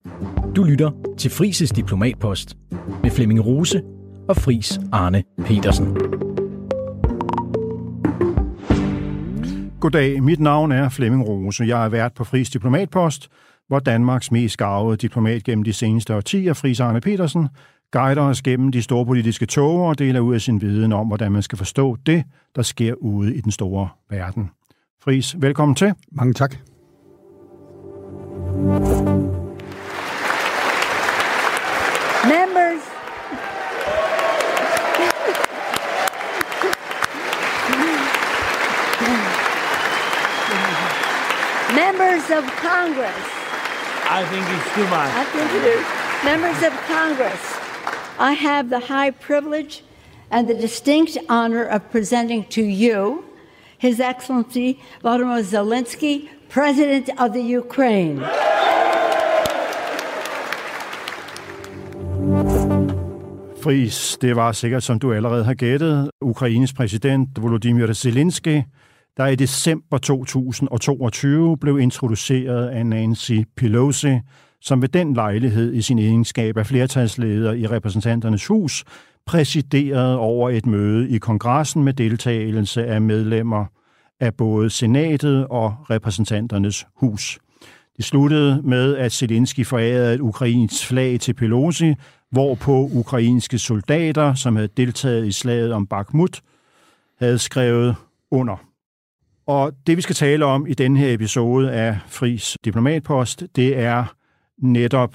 Du lytter til Friis' Diplomatpost med Flemming Rose og Friis Arne Petersen. Goddag, mit navn er Flemming Rose. Jeg er vært på Friis' Diplomatpost, hvor Danmarks mest garvede diplomat gennem de seneste årtier, Friis Arne Petersen, guider os gennem de store politiske tåger og deler ud af sin viden om, hvordan man skal forstå det, der sker ude i den store verden. Friis, velkommen til. Mange tak. Members of Congress. I think it's too much. I think it is. Members of Congress, I have the high privilege and the distinct honor of presenting to you His Excellency Volodymyr Zelensky, President of the Ukraine. Friis, det var sikkert, som du allerede har gættet, Ukraines præsident Volodymyr Zelensky, der i december 2022 blev introduceret af Nancy Pelosi, som ved den lejlighed i sin egenskab af flertalsleder i repræsentanternes hus præsiderede over et møde i kongressen med deltagelse af medlemmer af både senatet og repræsentanternes hus. Det sluttede med, at Zelensky forærede et ukrainsk flag til Pelosi, hvorpå ukrainske soldater, som havde deltaget i slaget om Bakhmut, havde skrevet under. Og det, vi skal tale om i denne her episode af Friis Diplomatpost, det er netop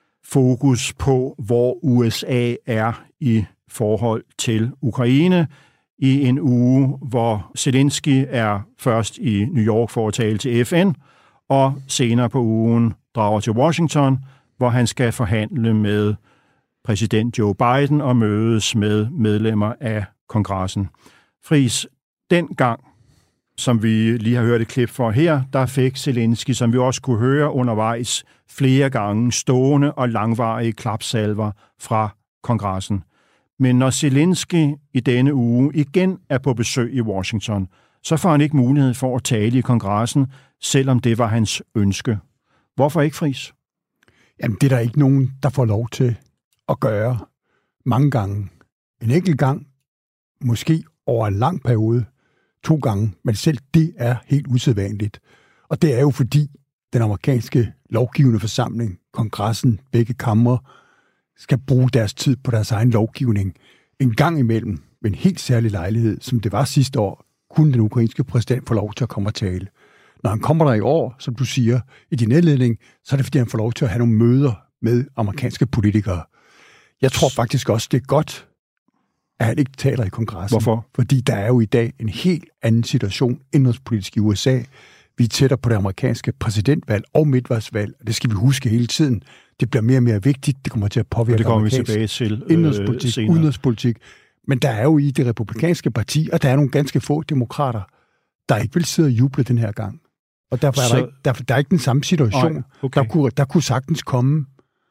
fokus på, hvor USA er i forhold til Ukraine i en uge, hvor Zelensky er først i New York for at tale til FN, og senere på ugen drager til Washington, hvor han skal forhandle med præsident Joe Biden og mødes med medlemmer af kongressen. Friis, dengang, som vi lige har hørt et klip for her, der fik Zelensky, som vi også kunne høre undervejs, flere gange stående og langvarige klapsalver fra kongressen. Men når Zelensky i denne uge igen er på besøg i Washington, så får han ikke mulighed for at tale i kongressen, selvom det var hans ønske. Hvorfor ikke, Friis? Jamen, det er der ikke nogen, der får lov til at gøre mange gange. En enkelt gang, måske over en lang periode, 2 gange, men selv det er helt usædvanligt. Og det er jo fordi, den amerikanske lovgivende forsamling, kongressen, begge kamre, skal bruge deres tid på deres egen lovgivning. En gang imellem, med en helt særlig lejlighed, som det var sidste år, kunne den ukrainske præsident få lov til at komme og tale. Når han kommer der i år, som du siger, i din indledning, så er det fordi, han får lov til at have nogle møder med amerikanske politikere. Jeg tror faktisk også, det er godt, at han ikke taler i kongressen. Hvorfor? Fordi der er jo i dag en helt anden situation indrigspolitisk i USA. Vi er tættere på det amerikanske præsidentvalg og midtvejsvalg, og det skal vi huske hele tiden. Det bliver mere og mere vigtigt. Det kommer til at påvirke amerikansk indrigspolitik, udenrigspolitik. Men der er jo i det republikanske parti, og der er nogle ganske få demokrater, der ikke vil sidde og juble den her gang. Og derfor er der er ikke den samme situation. Okay. Der kunne sagtens komme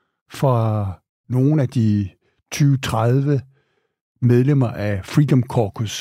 fra nogle af de 20-30 medlemmer af Freedom Caucus,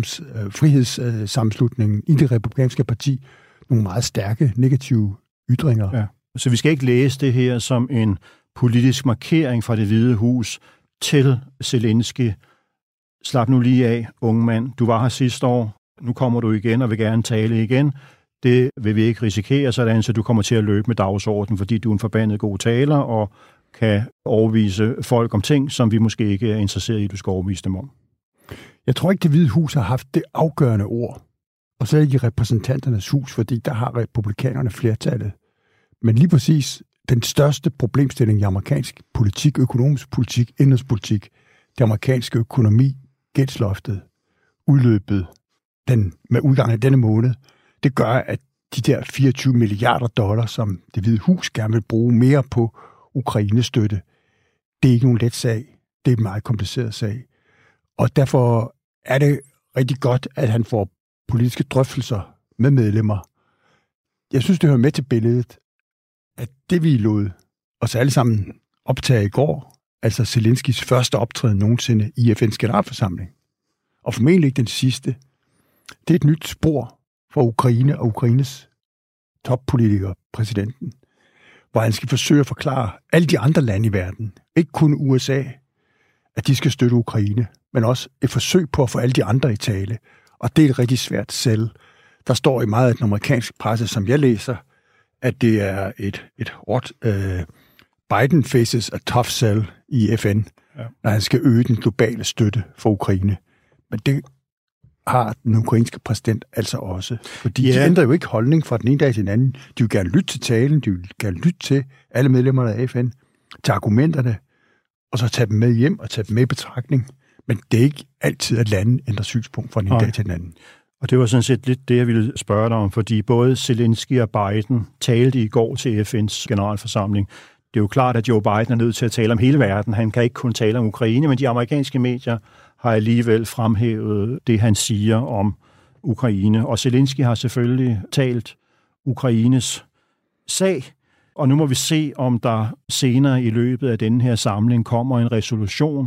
frihedssammenslutningen i det republikanske parti, nogle meget stærke negative ytringer. Ja. Så vi skal ikke læse det her som en politisk markering fra Det Hvide Hus til Zelensky. Slap nu lige af, unge mand. Du var her sidste år. Nu kommer du igen og vil gerne tale igen. Det vil vi ikke risikere, sådan så du kommer til at løbe med dagsordenen, fordi du er en forbandet god taler og kan overbevise folk om ting, som vi måske ikke er interesseret i, du skal overbevise dem om. Jeg tror ikke, Det Hvide Hus har haft det afgørende ord. Og så ikke i repræsentanternes hus, fordi der har republikanerne flertallet. Men lige præcis den største problemstilling i amerikansk politik, økonomisk politik, indrigspolitik, det amerikanske økonomi, gældsloftet, udløbet med udgangen af denne måned, det gør, at de der $24 milliarder, som Det Hvide Hus gerne vil bruge mere på Ukraine-støtte, det er ikke nogen let sag. Det er en meget kompliceret sag. Og derfor er det rigtig godt, at han får politiske drøftelser med medlemmer. Jeg synes, det hører med til billedet, at det vi lod os alle sammen optage i går, altså Zelenskys første optræden nogensinde i FN's generalforsamling, og formentlig ikke den sidste, det er et nyt spor for Ukraine og Ukraines toppolitiker, præsidenten, hvor han skal forsøge at forklare alle de andre lande i verden, ikke kun USA, at de skal støtte Ukraine, men også et forsøg på at få alle de andre i tale. Og det er et rigtig svært sælge. Der står i meget af den amerikanske presse, som jeg læser, at det er et hårdt Biden faces a tough sell i FN, når han skal øge den globale støtte for Ukraine. Men det har den ukrainske præsident altså også. Fordi de ændrer jo ikke holdning fra den ene dag til den anden. De vil gerne lytte til talen, de vil gerne lytte til alle medlemmerne af FN, til argumenterne, og så tage dem med hjem og tage dem med i betragtning. Men det er ikke altid, at landet ændrer synspunkt fra den ene dag til den anden. Og det var sådan set lidt det, jeg ville spørge dig om, fordi både Zelensky og Biden talte i går til FN's generalforsamling. Det er jo klart, at Joe Biden er nødt til at tale om hele verden. Han kan ikke kun tale om Ukraine, men de amerikanske medier har alligevel fremhævet det, han siger om Ukraine. Og Zelensky har selvfølgelig talt Ukraines sag, og nu må vi se, om der senere i løbet af denne her samling kommer en resolution,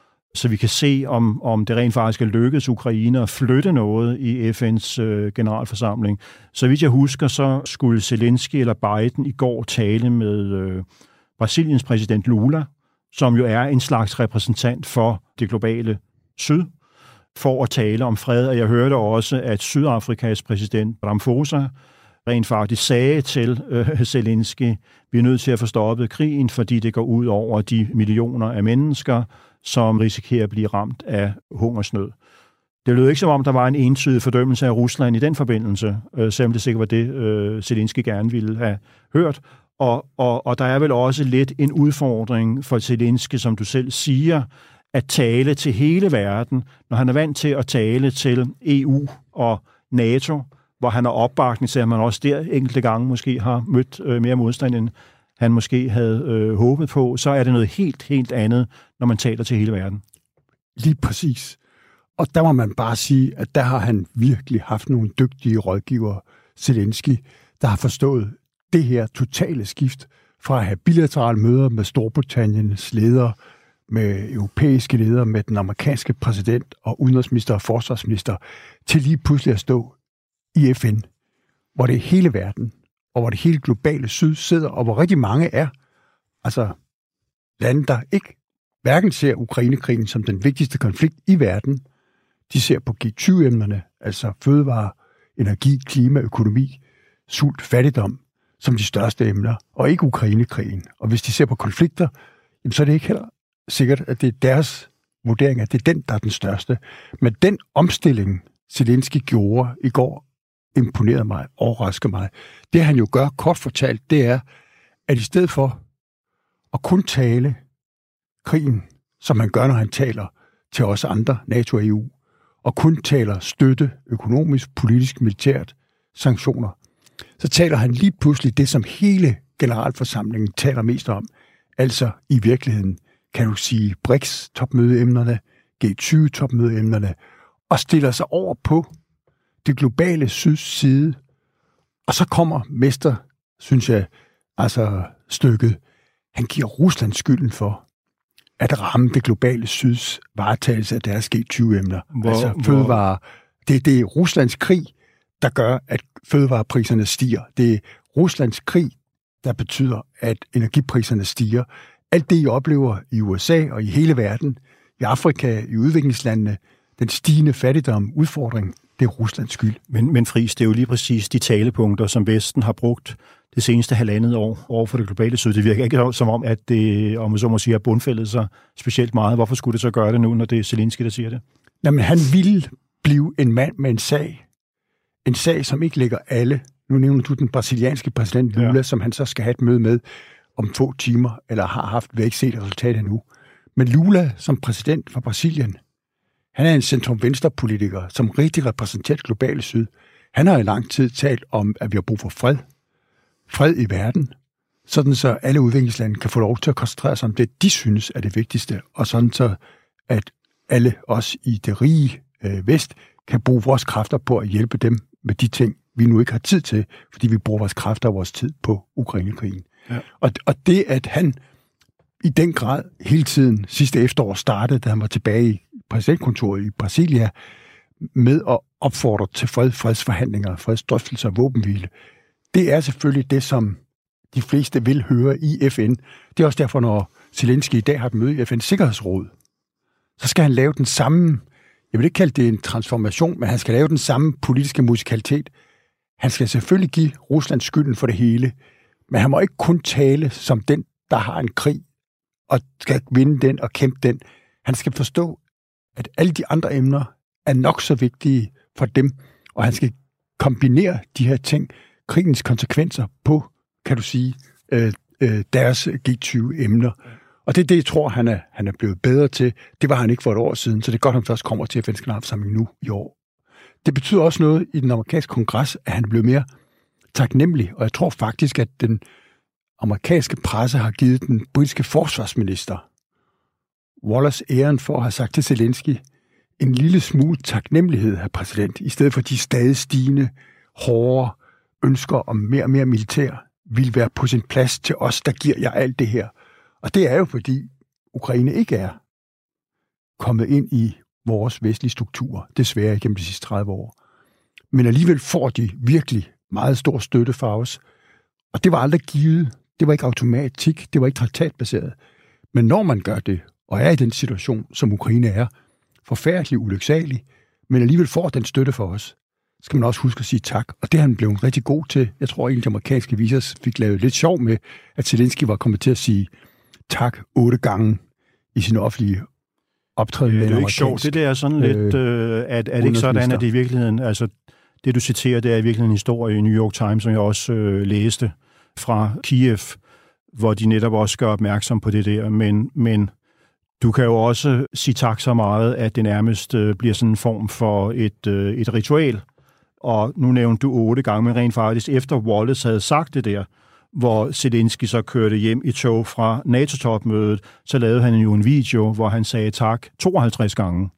så vi kan se, om det rent faktisk er lykkedes Ukraine at flytte noget i FN's generalforsamling. Så vidt jeg husker, så skulle Zelensky eller Biden i går tale med Brasiliens præsident Lula, som jo er en slags repræsentant for det globale syd, for at tale om fred. Og jeg hørte også, at Sydafrikas præsident Ramaphosa rent faktisk sagde til Zelensky, vi er nødt til at få stoppet krigen, fordi det går ud over de millioner af mennesker, som risikerer at blive ramt af hungersnød. Det lød ikke som om, der var en entydig fordømmelse af Rusland i den forbindelse, selvom det sikkert var det, Zelensky gerne ville have hørt. Og der er vel også lidt en udfordring for Zelensky, som du selv siger, at tale til hele verden, når han er vant til at tale til EU og NATO, hvor han har opbakning til, at man også der enkelte gange måske har mødt mere modstand, end han måske havde håbet på, så er det noget helt andet, når man taler til hele verden. Lige præcis. Og der må man bare sige, at der har han virkelig haft nogle dygtige rådgivere, Zelensky, der har forstået det her totale skift fra at have bilaterale møder med Storbritanniens ledere, med europæiske ledere, med den amerikanske præsident og udenrigsminister og forsvarsminister, til lige pludselig at stå i FN, hvor det er hele verden, og hvor det hele globale syd sidder, og hvor rigtig mange er, altså lande, der ikke hverken ser Ukrainekrigen som den vigtigste konflikt i verden, de ser på G20-emnerne, altså fødevare, energi, klima, økonomi, sult, fattigdom, som de største emner, og ikke Ukrainekrigen. Og hvis de ser på konflikter, så er det ikke heller sikkert, at det er deres vurdering, at det er den, der er den største. Men den omstilling, Zelensky gjorde i går, imponerede mig, overraskede mig. Det han jo gør, kort fortalt, det er, at i stedet for at kun tale krigen, som han gør, når han taler til os andre, NATO og EU, og kun taler støtte, økonomisk, politisk, militært, sanktioner, så taler han lige pludselig det, som hele generalforsamlingen taler mest om. Altså i virkeligheden, kan du sige, BRICS-topmødeemnerne, G20-topmødeemnerne, og stiller sig over på det globale syds side. Og så kommer mester, synes jeg, altså stykket. Han giver Rusland skylden for at ramme det globale syds varetagelse af deres G20-emner. Altså fødevare. Det er Ruslands krig, der gør, at fødevarepriserne stiger. Det er Ruslands krig, der betyder, at energipriserne stiger. Alt det, I oplever i USA og i hele verden, i Afrika, i udviklingslandene, den stigende fattigdom, udfordring, det er Ruslands skyld. Men Friis, det er jo lige præcis de talepunkter, som Vesten har brugt det seneste halvandet år over for det globale syd. Det virker ikke som om, at det, om man så må sige, har bundfældet sig specielt meget. Hvorfor skulle det så gøre det nu, når det er Zelensky, der siger det? Jamen, han ville blive en mand med en sag. En sag, som ikke ligger alle. Nu nævner du den brasilianske præsident Lula, som han så skal have et møde med om 2 timer, eller har haft, vi har ikke set resultatet endnu. Men Lula som præsident for Brasilien, han er en centrum-venstre-politiker, som rigtig repræsenterer globale syd. Han har i lang tid talt om, at vi har brug for fred. Fred i verden, sådan så alle udviklingslande kan få lov til at koncentrere sig om det, de synes er det vigtigste, og sådan så, at alle os i det rige vest kan bruge vores kræfter på at hjælpe dem med de ting, vi nu ikke har tid til, fordi vi bruger vores kræfter og vores tid på Ukrainekrigen. Ja. Og det, at han i den grad hele tiden sidste efterår startede, da han var tilbage i præsidentkontoret i Brasilia, med at opfordre til fredsforhandlinger, fredsdrøftelser og våbenhvile, det er selvfølgelig det, som de fleste vil høre i FN. Det er også derfor, når Zelensky i dag har et møde i FN's Sikkerhedsråd, så skal han lave den samme, jeg vil ikke kalde det en transformation, men han skal lave den samme politiske musikalitet. Han skal selvfølgelig give Rusland skylden for det hele, men han må ikke kun tale som den, der har en krig, og skal vinde den og kæmpe den. Han skal forstå, at alle de andre emner er nok så vigtige for dem, og han skal kombinere de her ting, krigens konsekvenser på, kan du sige, deres G20-emner. Og det er det, jeg tror, han er blevet bedre til. Det var han ikke for et år siden, så det er godt, at han først kommer til FN's generalforsamling nu i år. Det betyder også noget i den amerikanske kongres, at han er blevet mere taknemmelig, og jeg tror faktisk, at den amerikanske presse har givet den britiske forsvarsminister Wallace æren for at have sagt til Zelensky, en lille smule taknemmelighed, herr præsident, i stedet for de stadig stigende, hårde ønsker om mere og mere militær, vil være på sin plads til os, der giver jer alt det her. Og det er jo, fordi Ukraine ikke er kommet ind i vores vestlige strukturer, desværre igennem de sidste 30 år. Men alligevel får de virkelig meget stor støtte fra os. Og det var aldrig givet. Det var ikke automatik. Det var ikke traktatbaseret. Men når man gør det, og er i den situation, som Ukraine er, forfærdelig ulyksalig, men alligevel får den støtte for os, skal man også huske at sige tak. Og det har han blevet rigtig god til. Jeg tror, at de amerikanske visers fik lavet lidt sjov med, at Zelensky var kommet til at sige tak 8 gange i sin offentlige optræden. Det er jo ikke sjovt. Det der er sådan lidt, er det ikke sådan, at det i virkeligheden, altså det du citerer, det er i virkeligheden en historie i New York Times, som jeg også læste fra Kiev, hvor de netop også gør opmærksom på det der, men du kan jo også sige tak så meget, at det nærmest bliver sådan en form for et ritual. Og nu nævnte du 8 gange, men rent faktisk efter Wallace havde sagt det der, hvor Zelensky så kørte hjem i tog fra NATO-topmødet, så lavede han jo en video, hvor han sagde tak 52 gange.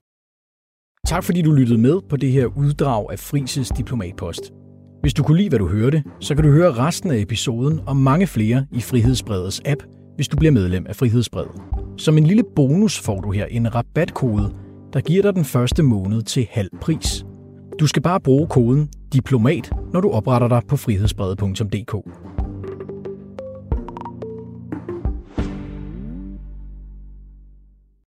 Tak fordi du lyttede med på det her uddrag af Frises Diplomatpost. Hvis du kunne lide, hvad du hørte, så kan du høre resten af episoden og mange flere i Frihedsbrevets app, hvis du bliver medlem af Frihedsbrevet. Som en lille bonus får du her en rabatkode, der giver dig den første måned til halv pris. Du skal bare bruge koden DIPLOMAT, når du opretter dig på frihedsbrevet.dk.